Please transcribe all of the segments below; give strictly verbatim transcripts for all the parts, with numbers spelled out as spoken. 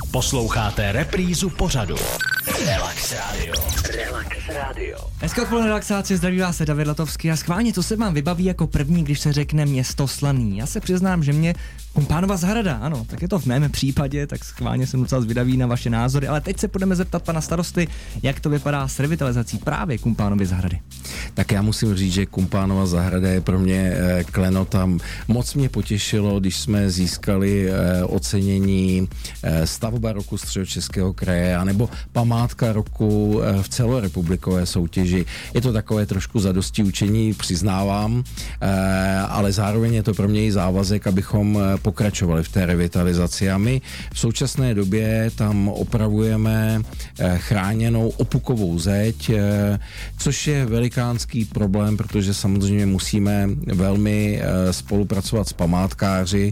Posloucháte reprízu pořadu Relax Radio. Relax Radio. Dneska odpoledne relaxácie, zdraví vás David Latovský a schválně, co se vám vybaví jako první, když se řekne město slaný. Já se přiznám, že mě Kumpánova zahrada, ano, tak je to v mém případě, tak schválně jsem docela zvědavý na vaše názory, ale teď se budeme zeptat pana starosty, jak to vypadá s revitalizací právě Kumpánovy zahrady. Tak já musím říct, že Kumpánova zahrada je pro mě eh, klenota. Moc mě potěšilo, když jsme získali eh, ocenění eh, stavba roku Středočeského kraje, anebo památka roku eh, v celorepublikové soutěži. Je to takové trošku zadosti učení, přiznávám, eh, ale zároveň je to pro mě i závazek, abychom eh, pokračovali v té revitalizaci. A my v současné době tam opravujeme eh, chráněnou opukovou zeď, eh, což je velikánský problém, protože samozřejmě musíme velmi e, spolupracovat s památkáři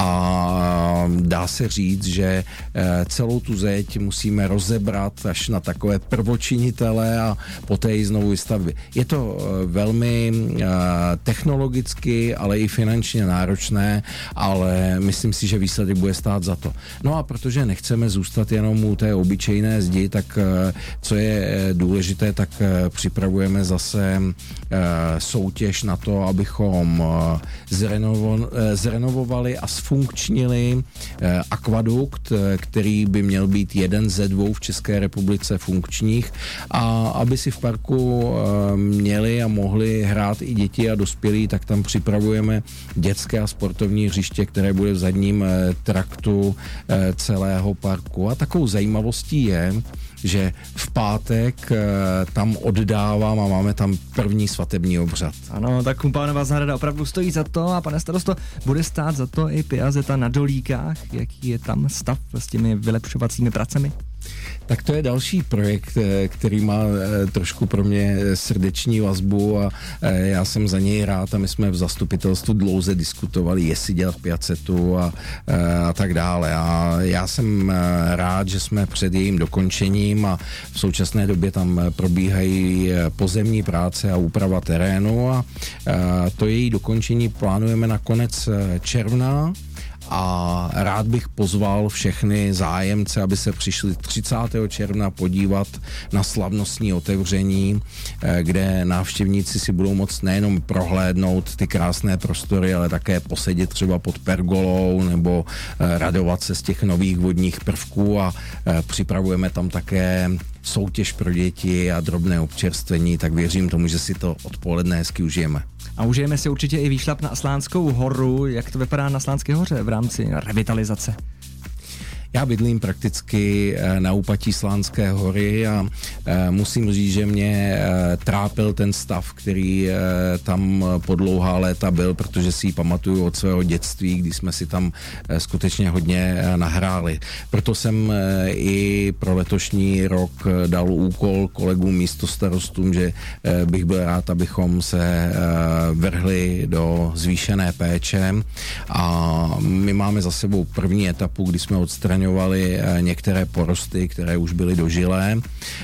a dá se říct, že e, celou tu zeď musíme rozebrat až na takové prvočinitele a poté ji znovu vystavby. Je to e, velmi e, technologicky, ale i finančně náročné, ale myslím si, že výsledek bude stát za to. No a protože nechceme zůstat jenom u té obyčejné zdi, tak e, co je e, důležité, tak e, připravujeme zase soutěž na to, abychom zrenovo, zrenovovali a zfunkčnili akvadukt, který by měl být jeden ze dvou v České republice funkčních, a aby si v parku měli a mohli hrát i děti a dospělí, tak tam připravujeme dětské a sportovní hřiště, které bude v zadním traktu celého parku. A takovou zajímavostí je, že v pátek e, tam oddávám a máme tam první svatební obřad. Ano, tak Kumpánova zahrada opravdu stojí za to a pane starosto, bude stát za to i Piazeta na Dolíkách, jaký je tam stav s těmi vylepšovacími pracemi? Tak to je další projekt, který má trošku pro mě srdeční vazbu a já jsem za něj rád a my jsme v zastupitelstvu dlouze diskutovali, jestli dělat Piazetu a, a tak dále. A já jsem rád, že jsme před jejím dokončením a v současné době tam probíhají pozemní práce a úprava terénu a to její dokončení plánujeme na konec června. A rád bych pozval všechny zájemce, aby se přišli třicátého června podívat na slavnostní otevření, kde návštěvníci si budou moct nejenom prohlédnout ty krásné prostory, ale také posedět třeba pod pergolou nebo radovat se z těch nových vodních prvků a připravujeme tam také soutěž pro děti a drobné občerstvení, tak věřím tomu, že si to odpoledne hezky užijeme. A užijeme si určitě i výšlap na Slánskou horu. Jak to vypadá na Slánské hoře v rámci revitalizace? Já bydlím prakticky na úpatí Slánské hory a musím říct, že mě trápil ten stav, který tam po dlouhá léta byl, protože si ji pamatuju od svého dětství, kdy jsme si tam skutečně hodně nahráli. Proto jsem i pro letošní rok dal úkol kolegům místostarostům, že bych byl rád, abychom se vrhli do zvýšené péče a my máme za sebou první etapu, kdy jsme odstranili některé porosty, které už byly dožilé.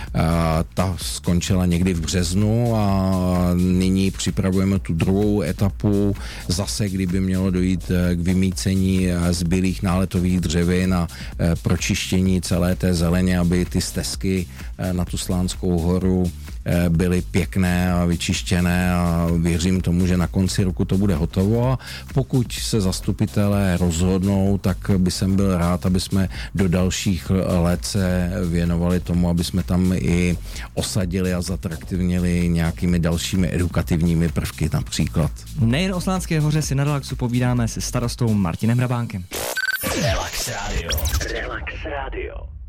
Ta skončila někdy v březnu a nyní připravujeme tu druhou etapu zase, kdyby mělo dojít k vymýcení zbylých náletových dřevin a pročištění celé té zeleně, aby ty stezky na tu Slánskou horu byly pěkné a vyčištěné a věřím tomu, že na konci roku to bude hotovo a pokud se zastupitelé rozhodnou, tak by jsem byl rád, aby jsme do dalších let se věnovali tomu, aby jsme tam i osadili a zatraktivnili nějakými dalšími edukativními prvky například. Nejen o Slánské hoře si na relaxu povídáme se starostou Martinem Hrabánkem. Relax Radio. Relax Radio.